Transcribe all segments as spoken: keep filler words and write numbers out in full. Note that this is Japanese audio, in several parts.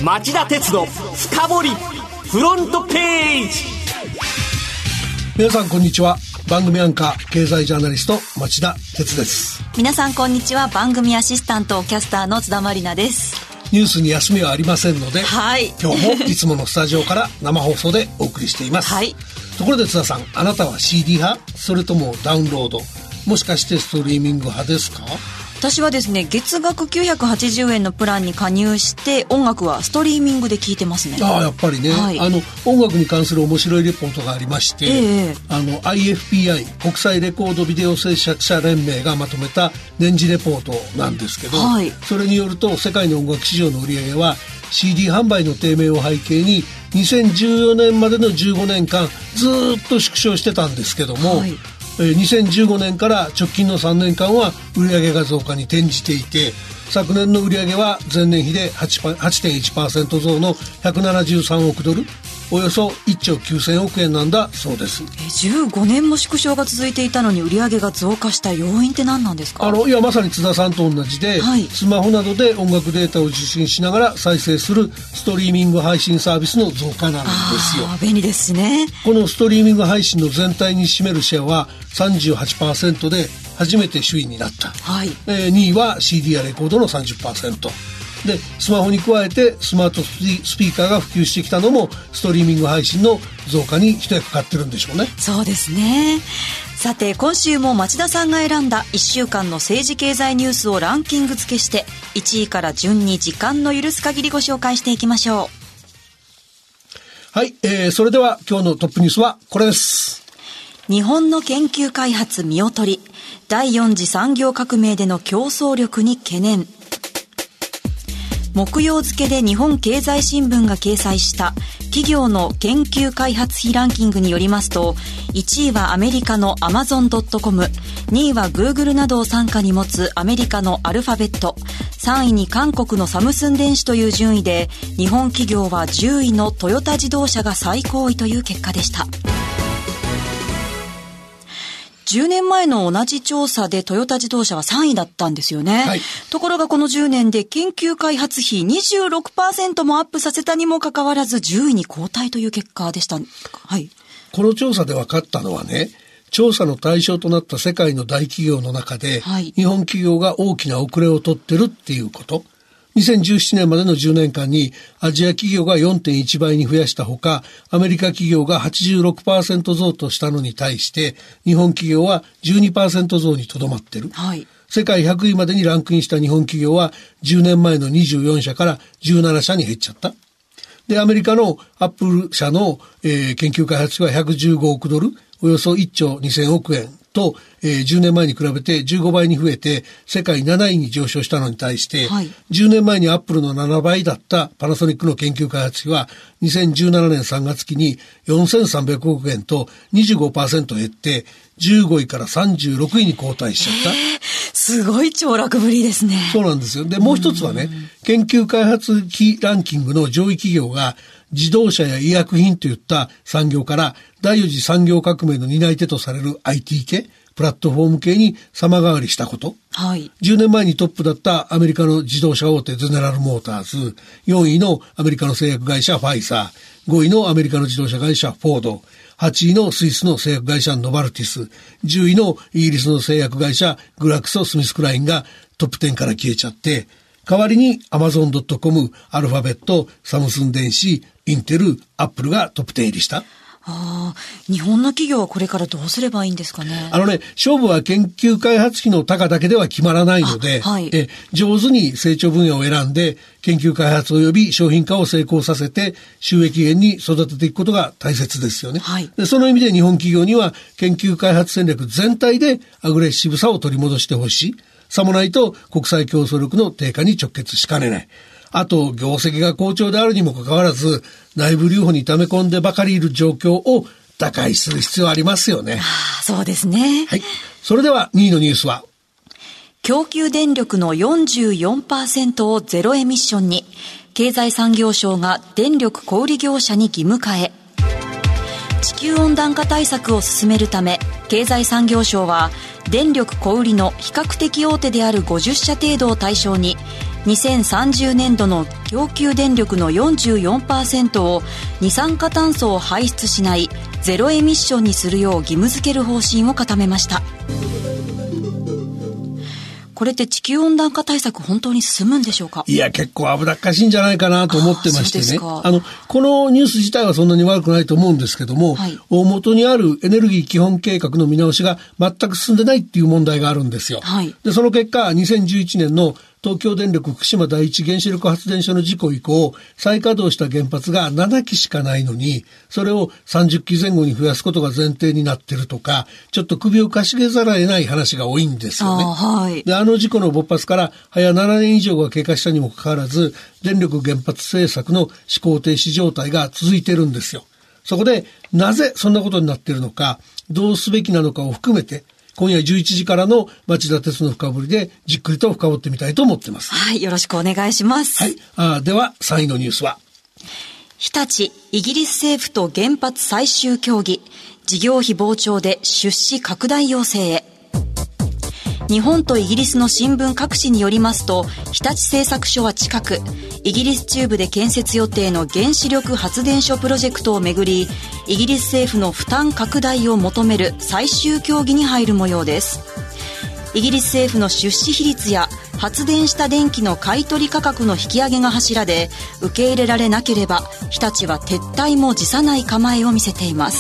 町田鉄の深掘りフロントページ。 皆さんこんにちは。番組アンカー経済ジャーナリスト町田鉄です。 皆さんこんにちは。番組アシスタントキャスターの津田まりなです。 ニュースに休みはありませんので、 はい、 今日もいつものスタジオから生放送でお送りしています、 はい、 ところで津田さん、あなたは シーディー 派それともダウンロード、もしかしてストリーミング派ですか？ 私はですね、月額きゅうひゃくはちじゅうえんのプランに加入して音楽はストリーミングで聴いてますね。 ああ、やっぱりね、はい、あの音楽に関する面白いレポートがありまして、えー、あの アイエフピーアイ 国際レコードビデオ制作者連盟がまとめた年次レポートなんですけど、はい、それによると世界の音楽市場の売り上げは シーディー 販売の低迷を背景ににせんじゅうよねんまでのじゅうごねんかんずっと縮小してたんですけども、はい、にせんじゅうごねんから直近のさんねんかんは売上が増加に転じていて、昨年の売上は前年比で はちてんいちパーセント 増のひゃくななじゅうさんおくドル、およそいっちょうきゅうせんおくえんなんだそうです。 えじゅうごねんも縮小が続いていたのに売上が増加した要因って何なんですか？ あのいやまさに津田さんと同じで、はい、スマホなどで音楽データを受信しながら再生するストリーミング配信サービスの増加なんですよ。 あ、便利ですね。 このストリーミング配信の全体に占めるシェアは さんじゅうはちパーセント で初めて首位になった、はい、えー、にいは シーディー やレコードの さんじゅっパーセントで、スマホに加えてスマートスピーカーが普及してきたのもストリーミング配信の増加に一役買ってるんでしょうね。 そうですね。さて今週も町田さんが選んだいっしゅうかんの政治経済ニュースをランキング付けしていちいから順に時間の許す限りご紹介していきましょう。はい、えー、それでは今日のトップニュースはこれです。 日本の研究開発見劣り、だいよん次産業革命での競争力に懸念。木曜付で日本経済新聞が掲載した企業の研究開発費ランキングによりますと、いちいはアメリカのアマゾンドットコム、にいはグーグルなどを傘下に持つアメリカのアルファベット、さんいに韓国のサムスン電子という順位で、日本企業はじゅういのトヨタ自動車が最高位という結果でした。じゅうねんまえの同じ調査でトヨタ自動車はさんいだったんですよね、はい、ところがこのじゅうねんで研究開発費 にじゅうろくパーセント もアップさせたにもかかわらずじゅういに後退という結果でした、はい、 この調査で分かったのはね、調査の対象となった世界の大企業の中で、はい、日本企業が大きな遅れを取ってるっていうこと。にせんじゅうななねんまでのじゅうねんかんにアジア企業が よんてんいちばいに増やしたほか、アメリカ企業が はちじゅうろくパーセント 増としたのに対して日本企業は じゅうにパーセント 増にとどまってる、はい、世界ひゃくいまでにランクインした日本企業はじゅうねんまえのにじゅうよんしゃからじゅうななしゃに減っちゃった。で、アメリカのアップル社の、えー、研究開発費はひゃくじゅうごおくドル、およそいっちょうにせんおくえんと、えー、じゅうねんまえに比べてじゅうごばいに増えて世界なないに上昇したのに対して、はい、じゅうねんまえにアップルのななばいだったパナソニックの研究開発費はにせんじゅうななねんさんがつきによんせんさんびゃくおくえんと にじゅうごパーセント 減ってじゅうごいからさんじゅうろくいに後退しちゃった。 すごい凋落ぶりですね。 そうなんですよ。で、もう一つはね、研究開発費ランキングの上位企業が自動車や医薬品といった産業からだいよん次産業革命の担い手とされる アイティー 系、プラットフォーム系に様変わりしたこと、はい、じゅうねんまえにトップだったアメリカの自動車大手ゼネラルモーターズ、よんいのアメリカの製薬会社ファイザー、ごいのアメリカの自動車会社フォード、はちいのスイスの製薬会社ノバルティス、じゅういのイギリスの製薬会社グラクソ・スミスクラインがトップじゅうから消えちゃって、代わりにアマゾンドットコム、アルファベット、サムスン電子、インテル、アップルがトップじゅう入りした。 ああ、日本の企業はこれからどうすればいいんですかね。 あのね、勝負は研究開発費の高だけでは決まらないので、はい、え上手に成長分野を選んで研究開発及び商品化を成功させて収益源に育てていくことが大切ですよね、はい、でその意味で日本企業には研究開発戦略全体でアグレッシブさを取り戻してほしい。さもないと国際競争力の低下に直結しかねない。あと業績が好調であるにもかかわらず内部留保に溜め込んでばかりいる状況を打開する必要ありますよね。 ああ、そうですね。 はい。それではにいのニュースは、 供給電力の よんじゅうよんパーセント をゼロエミッションに、経済産業省が電力小売業者に義務化へ。地球温暖化対策を進めるため、経済産業省は電力小売の比較的大手であるごじゅっしゃ程度を対象ににせんさんじゅうねんどの供給電力の よんじゅうよんパーセント を二酸化炭素を排出しないゼロエミッションにするよう義務付ける方針を固めました。これって地球温暖化対策本当に進むんでしょうか？ いや、結構危なっかしいんじゃないかなと思ってましてね。あの、このニュース自体はそんなに悪くないと思うんですけども、はい、大元にあるエネルギー基本計画の見直しが全く進んでないっていう問題があるんですよ。はい、で、その結果、にせんじゅういちねんの東京電力福島第一原子力発電所の事故以降、再稼働した原発がななきしかないのに、それをさんじゅっきぜん後に増やすことが前提になってるとか、ちょっと首をかしげざるを得ない話が多いんですよね。あ、はい、で、あの事故の勃発から早ななねん以上が経過したにもかかわらず、電力原発政策の思考停止状態が続いてるんですよ。そこで、なぜそんなことになっているのか、どうすべきなのかを含めて、今夜じゅういちじからの町田鉄の深掘りでじっくりと深掘ってみたいと思っています。 はい、よろしくお願いします。 はい、あではさんいのニュースは、 日立、イギリス政府と原発最終協議、事業費膨張で出資拡大要請へ。日本とイギリスの新聞各紙によりますと、日立製作所は近く、イギリス中部で建設予定の原子力発電所プロジェクトをめぐり、イギリス政府の負担拡大を求める最終協議に入る模様です。イギリス政府の出資比率や発電した電気の買取価格の引き上げが柱で、受け入れられなければ日立は撤退も辞さない構えを見せています。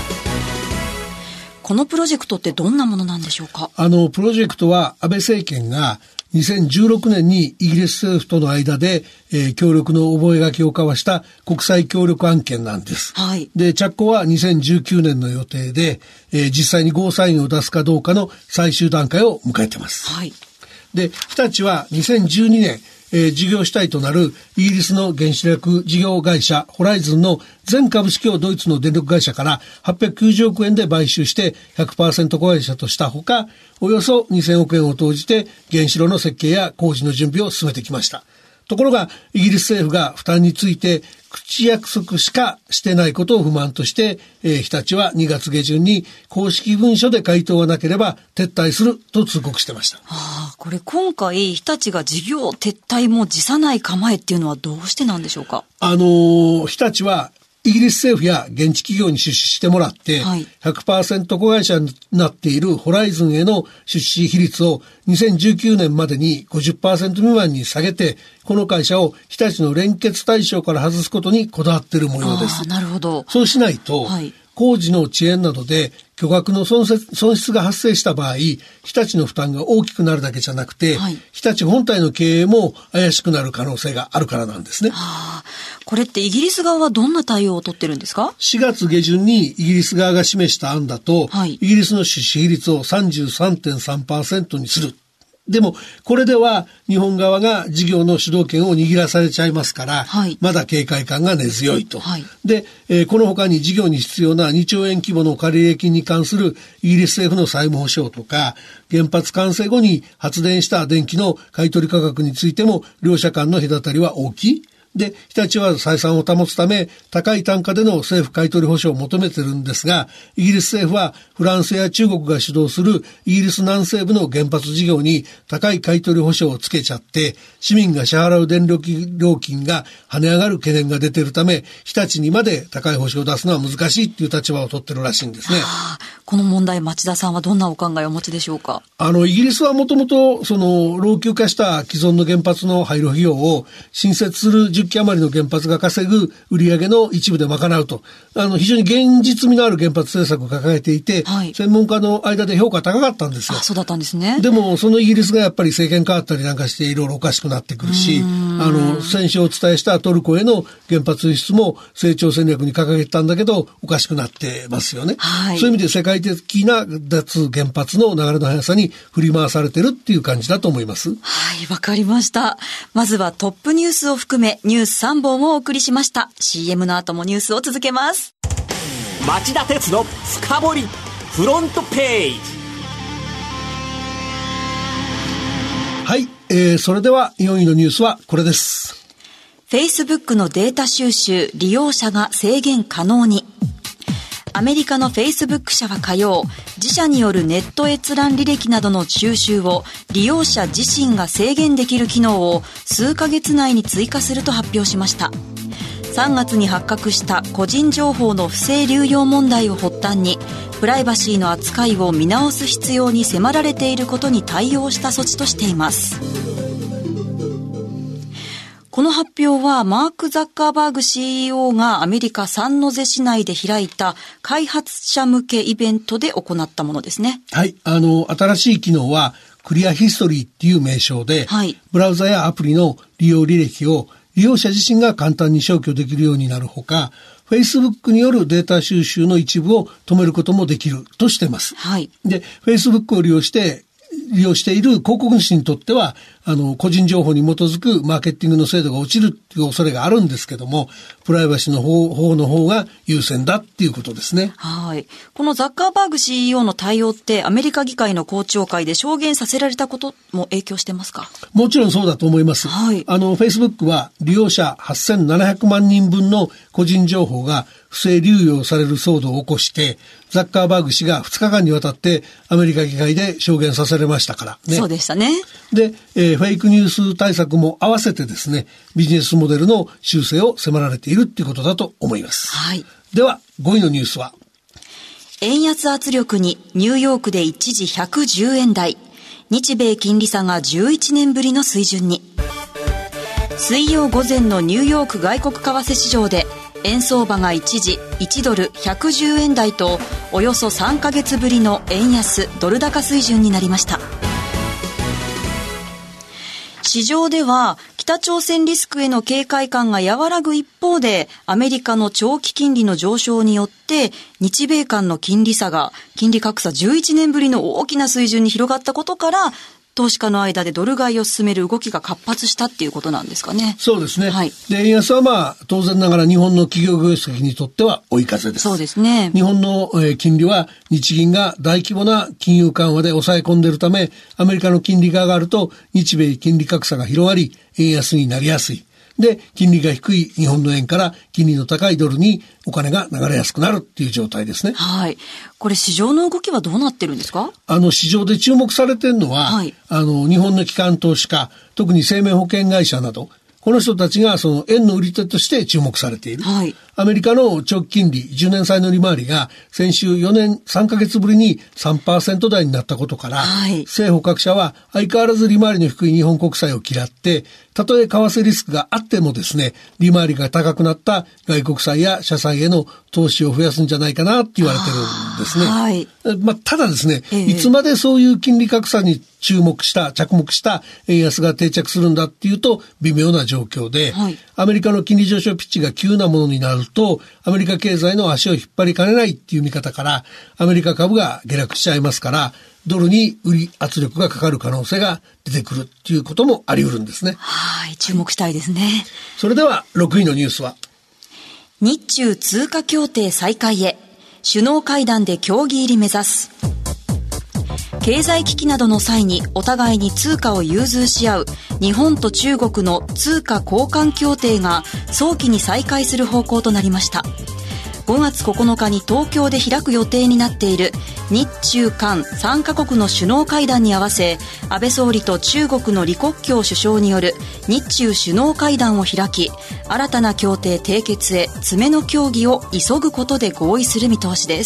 このプロジェクトってどんなものなんでしょうか？ あのプロジェクトは安倍政権がにせんじゅうろくねんにイギリス政府との間で、えー、協力の覚書を交わした国際協力案件なんです。はい、で着工はにせんじゅうきゅうねんの予定で、えー、実際にゴーサインを出すかどうかの最終段階を迎えています。はい、で日立はにせんじゅうにねんえー、事業主体となるイギリスの原子力事業会社ホライズンの全株式をドイツの電力会社からはっぴゃくきゅうじゅうおくえんで買収して ひゃくパーセント 子会社としたほか、およそにせんおくえんを投じて原子炉の設計や工事の準備を進めてきました。ところがイギリス政府が負担について口約束しかしてないことを不満として、えー、日立はにがつげじゅんに公式文書で回答がなければ撤退すると通告してました。はあ、これ今回日立が事業撤退も辞さない構えっていうのはどうしてなんでしょうか？ あのー、日立はイギリス政府や現地企業に出資してもらって、はい、ひゃくパーセント 子会社になっているホライズンへの出資比率をにせんじゅうきゅうねんまでに ごじゅっパーセント 未満に下げて、この会社を日立の連結対象から外すことにこだわっている模様です。 あ、なるほど。 そうしないと、はい、工事の遅延などで巨額の損失が発生した場合、日立の負担が大きくなるだけじゃなくて、はい、日立本体の経営も怪しくなる可能性があるからなんですね。 はあ、これってイギリス側はどんな対応を取ってるんですか？ しがつげじゅんにイギリス側が示した案だと、はい、イギリスの出資比率を さんじゅうさんてんさんパーセント にする。でもこれでは日本側が事業の主導権を握らされちゃいますから、はい、まだ警戒感が根強いと、はい、で、えー、この他に事業に必要なにちょうえん規模の借入金に関するイギリス政府の債務保証とか、原発完成後に発電した電気の買取価格についても両者間の隔たりは大きい。で、日立は採算を保つため高い単価での政府買取保証を求めてるんですが、イギリス政府はフランスや中国が主導するイギリス南西部の原発事業に高い買取保証をつけちゃって、市民が支払う電力料金が跳ね上がる懸念が出ているため、日立にまで高い保証を出すのは難しいっていう立場を取ってるらしいんですね。 はあ、この問題、町田さんはどんなお考えをお持ちでしょうか？ あのイギリスはもともとその老朽化した既存の原発の廃炉費用を新設するじゅっき余りの原発が稼ぐ売上の一部で賄うと、あの非常に現実味のある原発政策を掲げていて、はい、専門家の間で評価高かったんですよ。 あ、そうだったんですね。 でもそのイギリスがやっぱり政権変わったりなんかしていろいろおかしくなってくるし、あの先週お伝えしたトルコへの原発輸出も成長戦略に掲げてたんだけどおかしくなってますよね。はい、そういう意味で世界的な脱原発の流れの速さに振り回されてるっていう感じだと思います。 はい、わかりました。まずはトップニュースを含めニュースさんぼんをお送りしました。 シーエム の後もニュースを続けます。 町田鉄の深掘りフロントページ。 はい、えー、それではよんいのニュースはこれです。 Facebook のデータ収集利用者が制限可能に。 アメリカの Facebook 社は火曜、自社によるネット閲覧履歴などの収集を利用者自身が制限できる機能を数ヶ月内に追加すると発表しました。さんがつに発覚した個人情報の不正流用問題を発端に、プライバシーの扱いを見直す必要に迫られていることに対応した措置としています。この発表はマーク・ザッカーバーグ シーイーオー がアメリカサンノゼ市内で開いた開発者向けイベントで行ったものですね。 はい、あの新しい機能はクリアヒストリーっていう名称で、はい、ブラウザやアプリの利用履歴を利用者自身が簡単に消去できるようになるほか、Facebook によるデータ収集の一部を止めることもできるとしています。 はい、 で、Facebook を利用して利用している広告主にとっては、あの、個人情報に基づくマーケティングの精度が落ちるっていう恐れがあるんですけども、プライバシーの方、方の方が優先だっていうことですね。 はい。このザッカーバーグ シーイーオー の対応ってアメリカ議会の公聴会で証言させられたことも影響してますか？ もちろんそうだと思います。 はい。 あの、Facebook は利用者はっせんななひゃくまんにんぶんの個人情報が不正流用される騒動を起こして、ザッカーバーグ氏がふつかかんにわたってアメリカ議会で証言させられましたからね。 そうでしたね。 で、えー、フェイクニュース対策も合わせてですね、ビジネスモデルの修正を迫られているっていうことだと思います。 はい。 では、ごいのニュースは、 円安圧力にニューヨークで一時ひゃくじゅうえん台、日米金利差がじゅういちねんぶりの水準に。水曜午前のニューヨーク外国為替市場で円相場が一時いちドルひゃくじゅうえん台とおよそさんかげつぶりの円安ドル高水準になりました。市場では北朝鮮リスクへの警戒感が和らぐ一方で、アメリカの長期金利の上昇によって日米間の金利差が金利格差じゅういちねんぶりの大きな水準に広がったことから、投資家の間でドル買いを進める動きが活発したっていうことなんですかね。 そうですね。 はい。 で、円安はまあ当然ながら日本の企業業績にとっては追い風です。 そうですね。 日本の、えー、金利は日銀が大規模な金融緩和で抑え込んでいるため、アメリカの金利が上がると日米金利格差が広がり、円安になりやすい。で、金利が低い日本の円から金利の高いドルにお金が流れやすくなるっていう状態ですね。 はい。これ市場の動きはどうなってるんですか？ あの市場で注目されているのは、はい、あの日本の機関投資家、特に生命保険会社など、この人たちがその円の売り手として注目されている。 はい、 アメリカの長期金利じゅうねん債の利回りが先週よねんさんかげつぶりに さんパーセント 台になったことから、 はい、 政府各社は相変わらず利回りの低い日本国債を嫌って、たとえ為替リスクがあってもですね、利回りが高くなった外国債や社債への投資を増やすんじゃないかなって言われてるんですね。 はい、 まあ、ただですね、 えー、 いつまでそういう金利格差に注目した着目した円安が定着するんだっていうと微妙な状況で、 はい、 アメリカの金利上昇ピッチが急なものになるとアメリカ経済の足を引っ張りかねないっていう見方からアメリカ株が下落しちゃいますから、ドルに売り圧力がかかる可能性が出てくるっていうこともあり得るんですね。 はい、注目したいですね。 それではろくいのニュースは、 日中通貨協定再開へ首脳会談で協議入り目指す。経済危機などの際にお互いに通貨を融通し合う日本と中国の通貨交換協定が早期に再開する方向となりました。ごがつここのかに東京で開く予定になっている日中韓さんかこくの首脳会談に合わせ、安倍総理と中国の李克強首相による日中首脳会談を開き、新たな協定締結へ詰めの協議を急ぐことで合意する見通しです。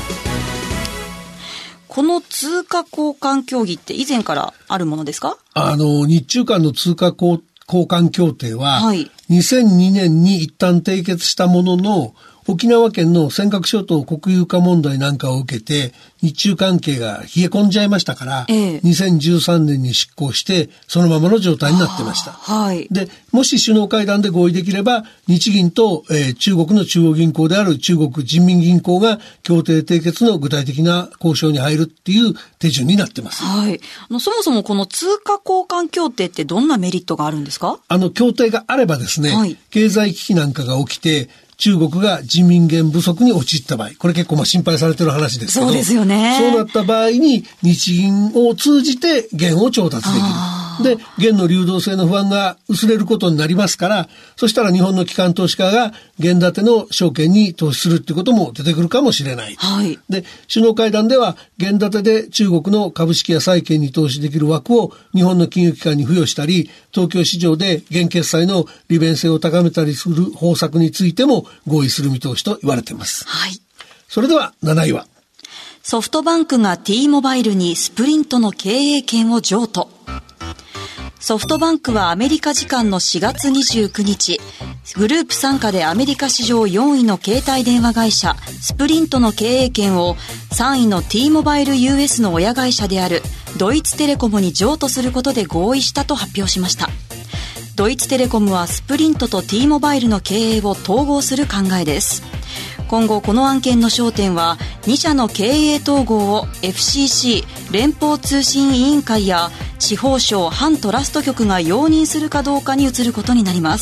この通貨交換協議って以前からあるものですか？ あの日中間の通貨交換協定は、 はい、 にせんにねんに一旦締結したものの、沖縄県の尖閣諸島国有化問題なんかを受けて日中関係が冷え込んじゃいましたから、 ええ、 にせんじゅうさんねんに失効してそのままの状態になってました。 はい、 でもし首脳会談で合意できれば日銀と、えー、中国の中央銀行である中国人民銀行が協定締結の具体的な交渉に入るっていう手順になってます。 はい、あのそもそもこの通貨交換協定ってどんなメリットがあるんですか？ あの協定があればですね、はい、経済危機なんかが起きて中国が人民元不足に陥った場合、これ結構まあ心配されてる話ですけど、 そうですよね。 そうなった場合に日銀を通じて元を調達できる。 で、元の流動性の不安が薄れることになりますから、そしたら日本の機関投資家が元建ての証券に投資するっていうことも出てくるかもしれない。 はい、 で、首脳会談では元建てで中国の株式や債券に投資できる枠を日本の金融機関に付与したり、東京市場で元決済の利便性を高めたりする方策についても合意する見通しと言われています。 はい。 それではなないは、 ソフトバンクが T モバイルにスプリントの経営権を譲渡。ソフトバンクはアメリカ時間のしがつにじゅうくにち、グループ傘下でアメリカ史上よんいの携帯電話会社スプリントの経営権をさんいの T モバイル ユーエス の親会社であるドイツテレコムに譲渡することで合意したと発表しました。ドイツテレコムはスプリントと T モバイルの経営を統合する考えです。今後この案件の焦点はに社の経営統合を エフシーシー 連邦通信委員会や司法省反トラスト局が容認するかどうかに移ることになります。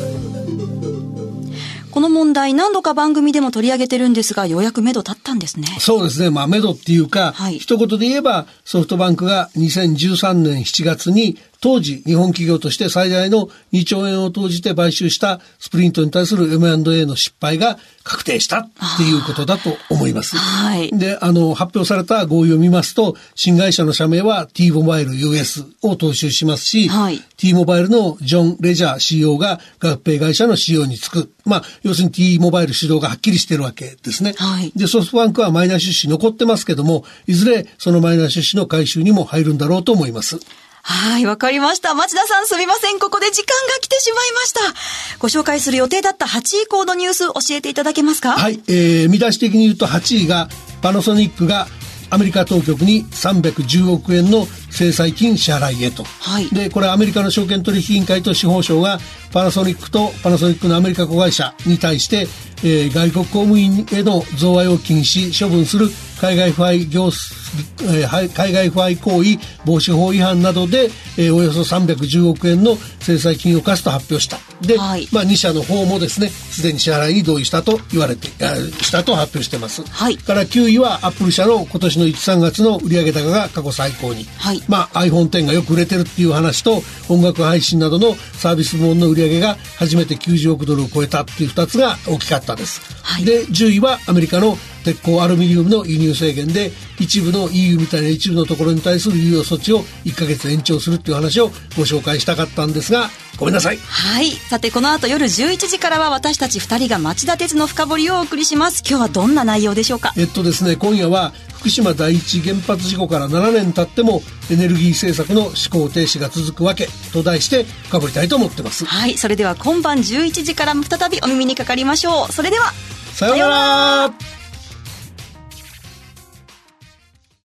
この問題何度か番組でも取り上げてるんですが、ようやく目処立ったんですね。 そうですね。まあ目処っていうか、はい、一言で言えばソフトバンクがにせんじゅうさんねんしちがつに当時日本企業として最大のにちょうえんを投じて買収したスプリントに対する エムアンドエー の失敗が確定したっていうことだと思います。 はい、 で、あの発表された合意を見ますと、新会社の社名は T モバイル ユーエス を踏襲しますし、はい、T モバイルのジョン・レジャー シーイーオー が合併会社の シーイーオー に就く。まあ要するに T モバイル主導がはっきりしてるわけですね。 はい、 で、ソフトバンクはマイナー出資残ってますけども、いずれそのマイナー出資の回収にも入るんだろうと思います。 はい、わかりました。町田さんすみません。ここで時間が来てしまいました。ご紹介する予定だったはちい以降のニュース教えていただけますか？ はい、えー、見出し的に言うとはちいがパナソニックがアメリカ当局にさんびゃくじゅうおくえんの制裁金支払いへと、 はい、 でこれはアメリカの証券取引委員会と司法省がパナソニックとパナソニックのアメリカ子会社に対して、えー、外国公務員への贈賄を禁止処分する海外腐敗業、えー、海外腐敗行為防止法違反などで、えー、およそさんびゃくじゅうおくえんの制裁金を課すと発表した。で、はい、まあ、に社の方もですねすでに支払いに同意したと言われてしたと発表してます。 はい、 からきゅういはアップル社の今年のいち、さんがつの売上高が過去最高に、 はい、 まあ、アイフォンテン がよく売れてるっていう話と音楽配信などのサービス部門の売上が初めてきゅうじゅうおくドルを超えたっていうふたつが大きかったです。 はい、 でじゅういはアメリカの鉄鋼アルミニウムの輸入制限で一部の イーユー みたいな一部のところに対する猶予措置をいっかげつ延長するっていう話をご紹介したかったんですが、ごめんなさい。 はい、さてこの後夜じゅういちじからは私たちふたりが町田鉄の深掘りをお送りします。今日はどんな内容でしょうか？ えっとですね今夜は福島第一原発事故からななねん経ってもエネルギー政策の思考停止が続くわけと題して深掘りたいと思ってます。 はい、それでは今晩じゅういちじからも再びお耳にかかりましょう。それではさようなら。